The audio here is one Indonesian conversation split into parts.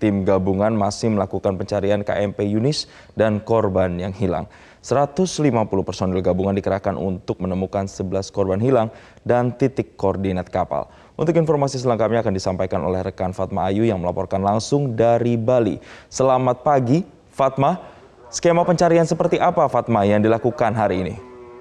tim gabungan masih melakukan pencarian KMP Yunis dan korban yang hilang. 150 personil gabungan dikerahkan untuk menemukan 11 korban hilang dan titik koordinat kapal. Untuk informasi selengkapnya akan disampaikan oleh rekan Fatma Ayu yang melaporkan langsung dari Bali. Selamat pagi, Fatma. Skema pencarian seperti apa, Fatma, yang dilakukan hari ini?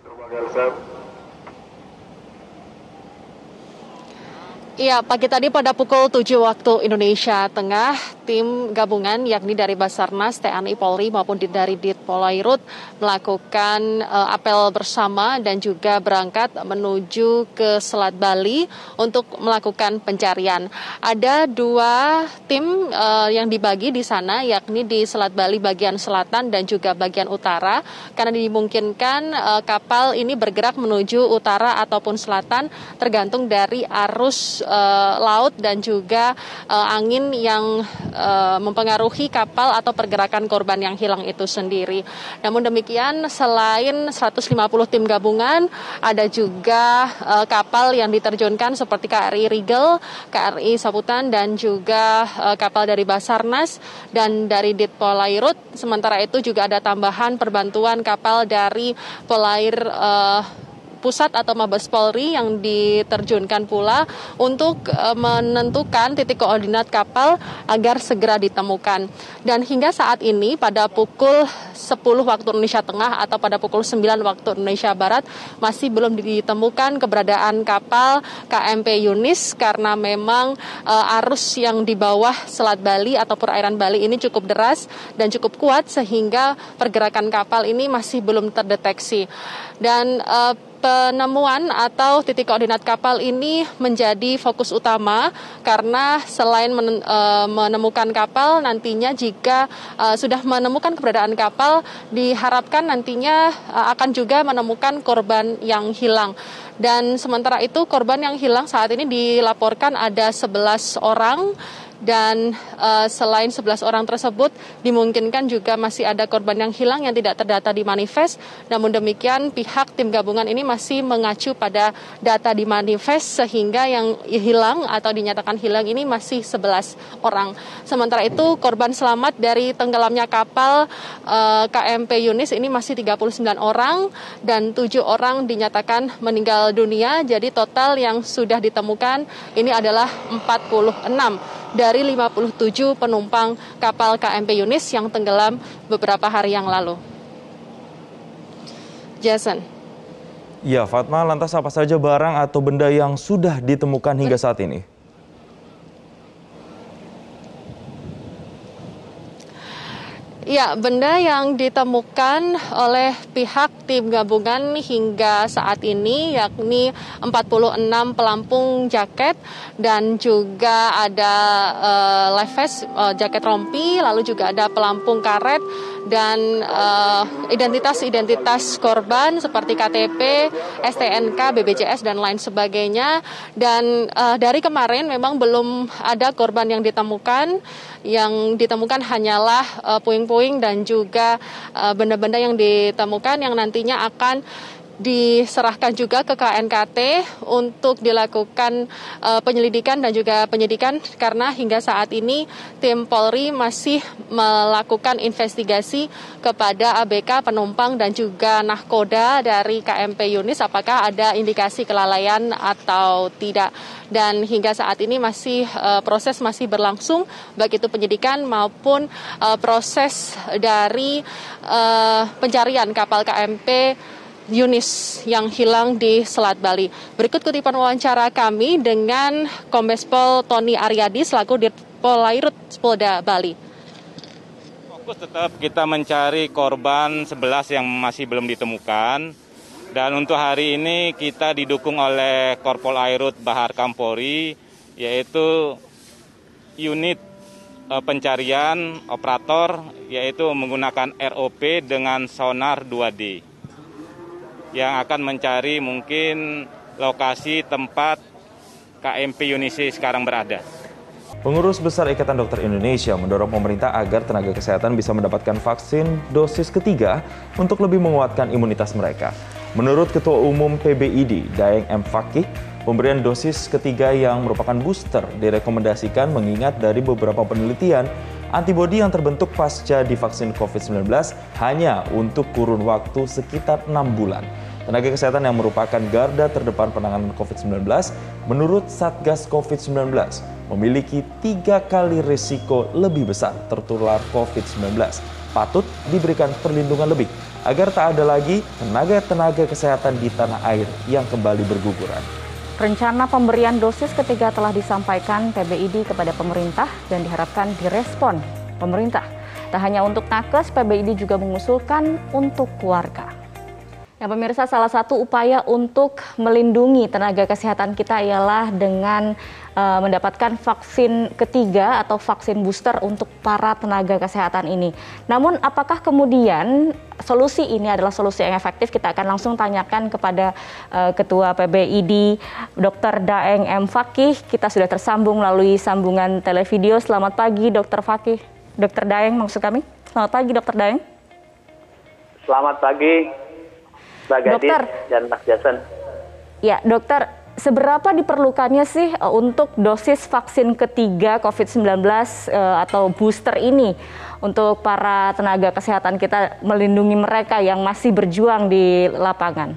Iya, pagi tadi pada pukul 7 waktu Indonesia Tengah, tim gabungan yakni dari Basarnas, TNI Polri maupun dari Ditpolairut melakukan apel bersama dan juga berangkat menuju ke Selat Bali untuk melakukan pencarian. Ada dua tim yang dibagi di sana, yakni di Selat Bali bagian selatan dan juga bagian utara, karena dimungkinkan kapal ini bergerak menuju utara ataupun selatan tergantung dari arus laut dan juga angin yang mempengaruhi kapal atau pergerakan korban yang hilang itu sendiri. Namun demikian, selain 150 tim gabungan, ada juga kapal yang diterjunkan seperti KRI Rigel, KRI Saputan, dan juga kapal dari Basarnas dan dari Ditpolairut. Sementara itu juga ada tambahan perbantuan kapal dari Polair Pusat atau Mabes Polri yang diterjunkan pula untuk menentukan titik koordinat kapal agar segera ditemukan. Dan hingga saat ini pada pukul 10 waktu Indonesia Tengah atau pada pukul 9 waktu Indonesia Barat masih belum ditemukan keberadaan kapal KMP Yunis karena memang arus yang di bawah Selat Bali atau perairan Bali ini cukup deras dan cukup kuat sehingga pergerakan kapal ini masih belum terdeteksi. Dan penemuan atau titik koordinat kapal ini menjadi fokus utama karena selain menemukan kapal, nantinya jika sudah menemukan keberadaan kapal, diharapkan nantinya akan juga menemukan korban yang hilang. Dan sementara itu korban yang hilang saat ini dilaporkan ada 11 orang. Dan selain 11 orang tersebut, dimungkinkan juga masih ada korban yang hilang yang tidak terdata di manifest. Namun demikian, pihak tim gabungan ini masih mengacu pada data di manifest sehingga yang hilang atau dinyatakan hilang ini masih 11 orang. Sementara itu, korban selamat dari tenggelamnya kapal KMP Yunis ini masih 39 orang dan 7 orang dinyatakan meninggal dunia. Jadi total yang sudah ditemukan ini adalah 46 dari 57 penumpang kapal KMP Yunis yang tenggelam beberapa hari yang lalu. Jason. Ya, Fatma, lantas apa saja barang atau benda yang sudah ditemukan hingga saat ini? Ya, benda yang ditemukan oleh pihak tim gabungan hingga saat ini yakni 46 pelampung jaket dan juga ada life vest, jaket rompi, lalu juga ada pelampung karet dan identitas korban seperti KTP, STNK, BPJS dan lain sebagainya. Dan dari kemarin memang belum ada korban yang ditemukan. Yang ditemukan hanyalah puing-puing dan juga benda-benda yang ditemukan yang nantinya akan diserahkan juga ke KNKT untuk dilakukan penyelidikan dan juga penyidikan karena hingga saat ini tim Polri masih melakukan investigasi kepada ABK penumpang dan juga nahkoda dari KMP Yunis apakah ada indikasi kelalaian atau tidak. Dan hingga saat ini masih proses masih berlangsung baik itu penyidikan maupun proses dari pencarian kapal KMP Yunis yang hilang di Selat Bali. Berikut kutipan wawancara kami dengan Kombes Pol Tony Aryadi selaku Ditpolairut Polda Bali. Fokus tetap kita mencari korban 11 yang masih belum ditemukan. Dan untuk hari ini kita didukung oleh Korpol Airut Bahar Kampori, yaitu unit pencarian operator, yaitu menggunakan ROP dengan sonar 2D. Yang akan mencari mungkin lokasi tempat KMP Yunis sekarang berada. Pengurus Besar Ikatan Dokter Indonesia mendorong pemerintah agar tenaga kesehatan bisa mendapatkan vaksin dosis ketiga untuk lebih menguatkan imunitas mereka. Menurut Ketua Umum PBID, Daeng M. Fakih, pemberian dosis ketiga yang merupakan booster direkomendasikan mengingat dari beberapa penelitian Antibodi yang terbentuk pasca divaksin COVID-19 hanya untuk kurun waktu sekitar 6 bulan. Tenaga kesehatan yang merupakan garda terdepan penanganan COVID-19 menurut Satgas COVID-19 memiliki 3 kali risiko lebih besar tertular COVID-19. Patut diberikan perlindungan lebih agar tak ada lagi tenaga-tenaga kesehatan di tanah air yang kembali berguguran. Rencana pemberian dosis ketiga telah disampaikan PBID kepada pemerintah dan diharapkan direspon pemerintah. Tak hanya untuk nakes, PBID juga mengusulkan untuk keluarga. Ya, pemirsa, salah satu upaya untuk melindungi tenaga kesehatan kita ialah dengan mendapatkan vaksin ketiga atau vaksin booster untuk para tenaga kesehatan ini. Namun apakah kemudian solusi ini adalah solusi yang efektif? Kita akan langsung tanyakan kepada Ketua PBID, Dr. Daeng M. Fakih. Kita sudah tersambung melalui sambungan televideo. Selamat pagi, Dr. Fakih. Dr. Daeng maksud kami. Selamat pagi, Dr. Daeng. Selamat pagi, Mbak Gadis dan Mas Jason. Ya, dokter, seberapa diperlukannya sih untuk dosis vaksin ketiga COVID-19 atau booster ini untuk para tenaga kesehatan kita, melindungi mereka yang masih berjuang di lapangan?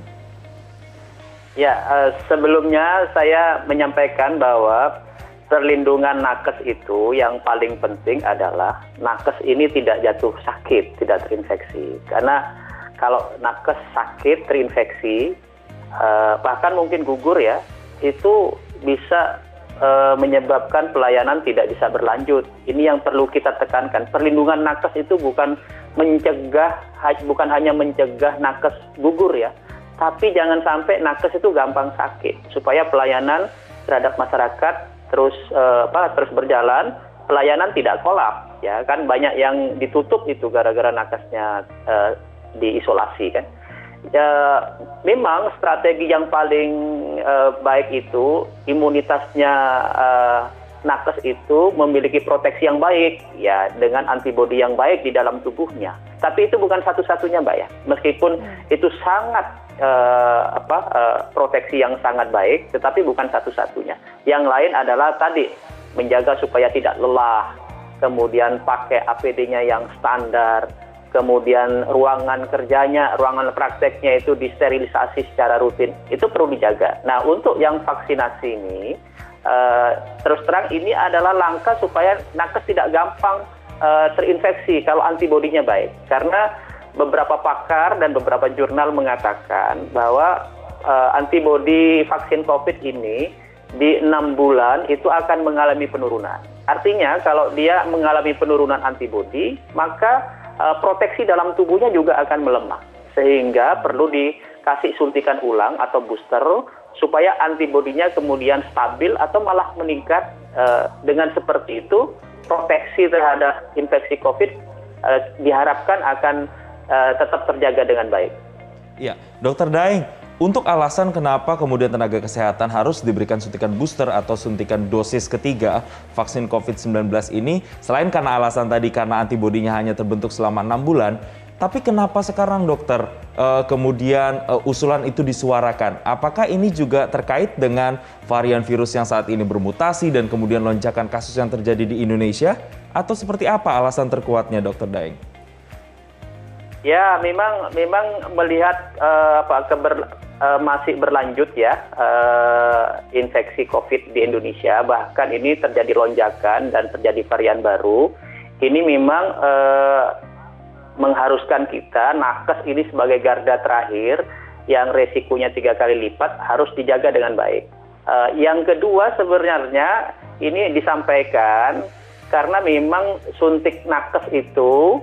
Ya, sebelumnya saya menyampaikan bahwa perlindungan nakes itu yang paling penting adalah nakes ini tidak jatuh sakit, tidak terinfeksi. Karena kalau nakes sakit, terinfeksi, bahkan mungkin gugur ya, itu bisa menyebabkan pelayanan tidak bisa berlanjut. Ini yang perlu kita tekankan. Perlindungan nakes itu bukan hanya mencegah nakes gugur ya, tapi jangan sampai nakes itu gampang sakit, supaya pelayanan terhadap masyarakat terus berjalan, pelayanan tidak kolaps ya kan. Banyak yang ditutup itu gara-gara nakesnya diisolasi kan. Ya, memang strategi yang paling baik itu imunitasnya nakes itu memiliki proteksi yang baik ya, dengan antibodi yang baik di dalam tubuhnya. Tapi itu bukan satu-satunya, Mbak ya. Meskipun itu sangat proteksi yang sangat baik, tetapi bukan satu-satunya. Yang lain adalah tadi menjaga supaya tidak lelah, kemudian pakai APD-nya yang standar, kemudian ruangan kerjanya, ruangan prakteknya itu disterilisasi secara rutin. Itu perlu dijaga. Nah, untuk yang vaksinasi ini, terus terang ini adalah langkah supaya nakes tidak gampang terinfeksi kalau antibodinya baik. Karena beberapa pakar dan beberapa jurnal mengatakan bahwa antibodi vaksin COVID ini di 6 bulan itu akan mengalami penurunan. Artinya kalau dia mengalami penurunan antibodi, maka proteksi dalam tubuhnya juga akan melemah, sehingga perlu dikasih suntikan ulang atau booster supaya antibodinya kemudian stabil atau malah meningkat. Dengan seperti itu proteksi terhadap infeksi COVID diharapkan akan tetap terjaga dengan baik. Ya, Dr. Daeng, untuk alasan kenapa kemudian tenaga kesehatan harus diberikan suntikan booster atau suntikan dosis ketiga vaksin COVID-19 ini, selain karena alasan tadi karena antibodinya hanya terbentuk selama 6 bulan, tapi kenapa sekarang dokter kemudian usulan itu disuarakan? Apakah ini juga terkait dengan varian virus yang saat ini bermutasi dan kemudian lonjakan kasus yang terjadi di Indonesia? Atau seperti apa alasan terkuatnya, Dr. Daeng? Ya, memang melihat masih berlanjut ya infeksi COVID di Indonesia, bahkan ini terjadi lonjakan dan terjadi varian baru. Ini memang mengharuskan kita nakes ini sebagai garda terakhir yang resikonya 3 kali lipat harus dijaga dengan baik. Yang kedua sebenarnya ini disampaikan karena memang suntik nakes itu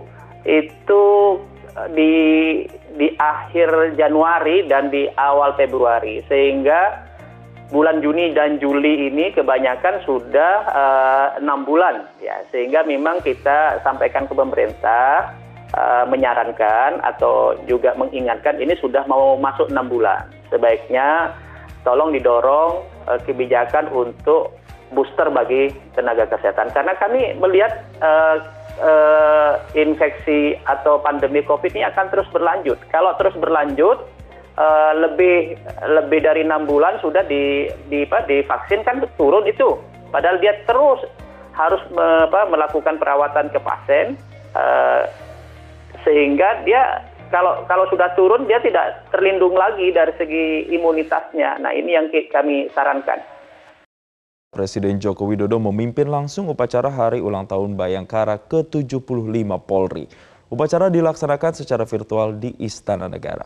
di akhir Januari dan di awal Februari, sehingga bulan Juni dan Juli ini kebanyakan sudah 6 bulan ya, sehingga memang kita sampaikan ke pemerintah menyarankan atau juga mengingatkan ini sudah mau masuk 6 bulan, sebaiknya tolong didorong kebijakan untuk booster bagi tenaga kesehatan, karena kami melihat infeksi atau pandemi COVID ini akan terus berlanjut. Kalau terus berlanjut lebih dari 6 bulan sudah divaksin kan turun itu. Padahal dia terus harus melakukan perawatan ke pasien, sehingga dia kalau sudah turun dia tidak terlindung lagi dari segi imunitasnya. Nah, ini yang kami sarankan. Presiden Joko Widodo memimpin langsung upacara Hari Ulang Tahun Bayangkara ke-75 Polri. Upacara dilaksanakan secara virtual di Istana Negara.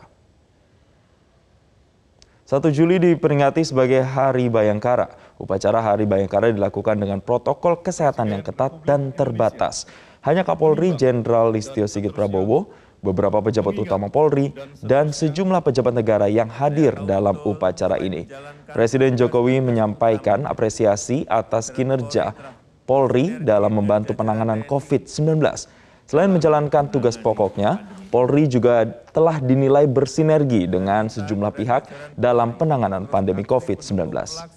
1 Juli diperingati sebagai Hari Bayangkara. Upacara Hari Bayangkara dilakukan dengan protokol kesehatan yang ketat dan terbatas. Hanya Kapolri Jenderal Listio Sigit Prabowo, beberapa pejabat utama Polri, dan sejumlah pejabat negara yang hadir dalam upacara ini. Presiden Jokowi menyampaikan apresiasi atas kinerja Polri dalam membantu penanganan COVID-19. Selain menjalankan tugas pokoknya, Polri juga telah dinilai bersinergi dengan sejumlah pihak dalam penanganan pandemi COVID-19.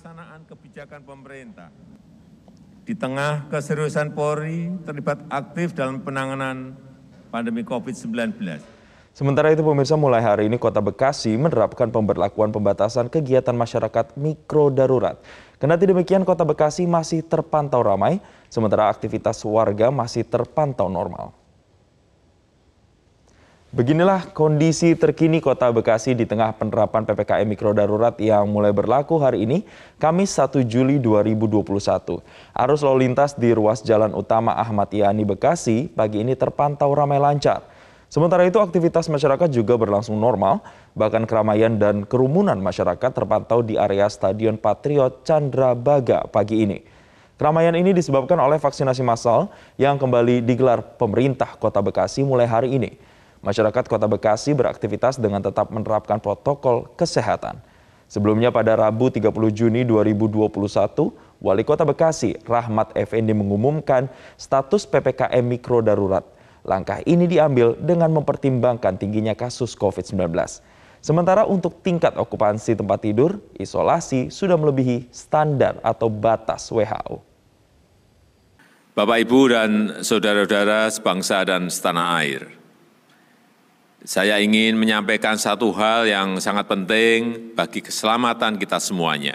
Di tengah keseriusan Polri terlibat aktif dalam penanganan pandemi COVID-19. Sementara itu pemirsa, mulai hari ini Kota Bekasi menerapkan pemberlakuan pembatasan kegiatan masyarakat mikro darurat. Kendati demikian, Kota Bekasi masih terpantau ramai, sementara aktivitas warga masih terpantau normal. Beginilah kondisi terkini Kota Bekasi di tengah penerapan PPKM mikro darurat yang mulai berlaku hari ini, Kamis 1 Juli 2021. Arus lalu lintas di ruas Jalan Utama Ahmad Yani Bekasi pagi ini terpantau ramai lancar. Sementara itu aktivitas masyarakat juga berlangsung normal, bahkan keramaian dan kerumunan masyarakat terpantau di area Stadion Patriot Candrabaga pagi ini. Keramaian ini disebabkan oleh vaksinasi massal yang kembali digelar pemerintah Kota Bekasi mulai hari ini. Masyarakat Kota Bekasi beraktivitas dengan tetap menerapkan protokol kesehatan. Sebelumnya pada Rabu 30 Juni 2021, Wali Kota Bekasi Rahmat Effendi mengumumkan status PPKM mikro darurat. Langkah ini diambil dengan mempertimbangkan tingginya kasus COVID-19. Sementara untuk tingkat okupansi tempat tidur, isolasi sudah melebihi standar atau batas WHO. Bapak, Ibu, dan saudara-saudara sebangsa dan setanah air. Saya ingin menyampaikan satu hal yang sangat penting bagi keselamatan kita semuanya.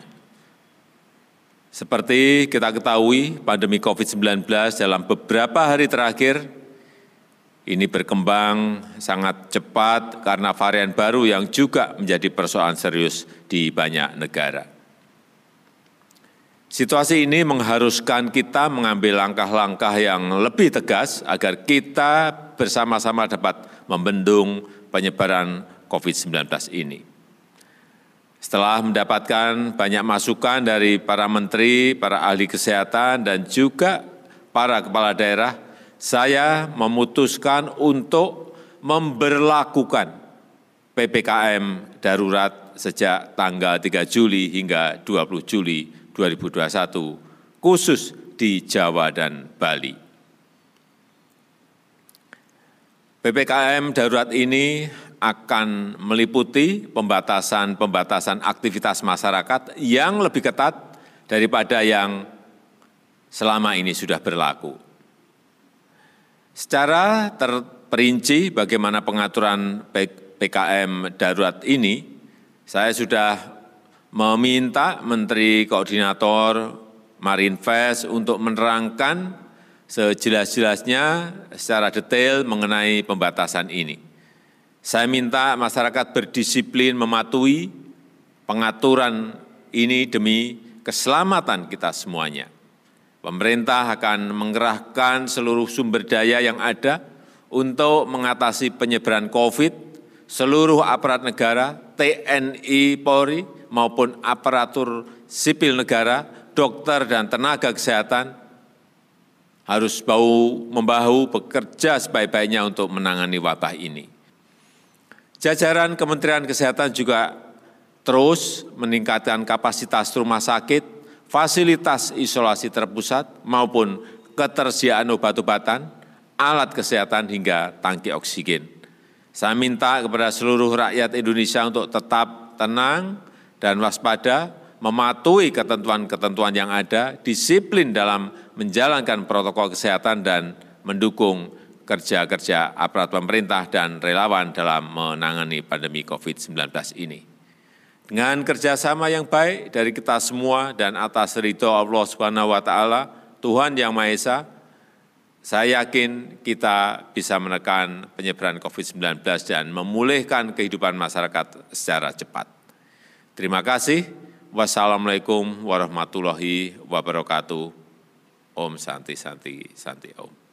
Seperti kita ketahui, pandemi COVID-19 dalam beberapa hari terakhir ini berkembang sangat cepat karena varian baru yang juga menjadi persoalan serius di banyak negara. Situasi ini mengharuskan kita mengambil langkah-langkah yang lebih tegas agar kita bersama-sama dapat membendung penyebaran COVID-19 ini. Setelah mendapatkan banyak masukan dari para menteri, para ahli kesehatan, dan juga para kepala daerah, saya memutuskan untuk memberlakukan PPKM darurat sejak tanggal 3 Juli hingga 20 Juli 2021, khusus di Jawa dan Bali. PPKM darurat ini akan meliputi pembatasan aktivitas masyarakat yang lebih ketat daripada yang selama ini sudah berlaku. Secara terperinci bagaimana pengaturan PPKM darurat ini, saya sudah meminta Menteri Koordinator Marinvest untuk menerangkan sejelas-jelasnya secara detail mengenai pembatasan ini. Saya minta masyarakat berdisiplin mematuhi pengaturan ini demi keselamatan kita semuanya. Pemerintah akan mengerahkan seluruh sumber daya yang ada untuk mengatasi penyebaran COVID, seluruh aparat negara, TNI, Polri, maupun aparatur sipil negara, dokter dan tenaga kesehatan, harus bahu-membahu bekerja sebaik-baiknya untuk menangani wabah ini. Jajaran Kementerian Kesehatan juga terus meningkatkan kapasitas rumah sakit, fasilitas isolasi terpusat, maupun ketersediaan obat-obatan, alat kesehatan, hingga tangki oksigen. Saya minta kepada seluruh rakyat Indonesia untuk tetap tenang dan waspada, mematuhi ketentuan-ketentuan yang ada, disiplin dalam menjalankan protokol kesehatan, dan mendukung kerja-kerja aparat pemerintah dan relawan dalam menangani pandemi COVID-19 ini. Dengan kerjasama yang baik dari kita semua dan atas ridho Allah Subhanahu wa Ta'ala, Tuhan Yang Maha Esa, saya yakin kita bisa menekan penyebaran COVID-19 dan memulihkan kehidupan masyarakat secara cepat. Terima kasih. Wassalamualaikum warahmatullahi wabarakatuh. Om Santi Santi Santi Om.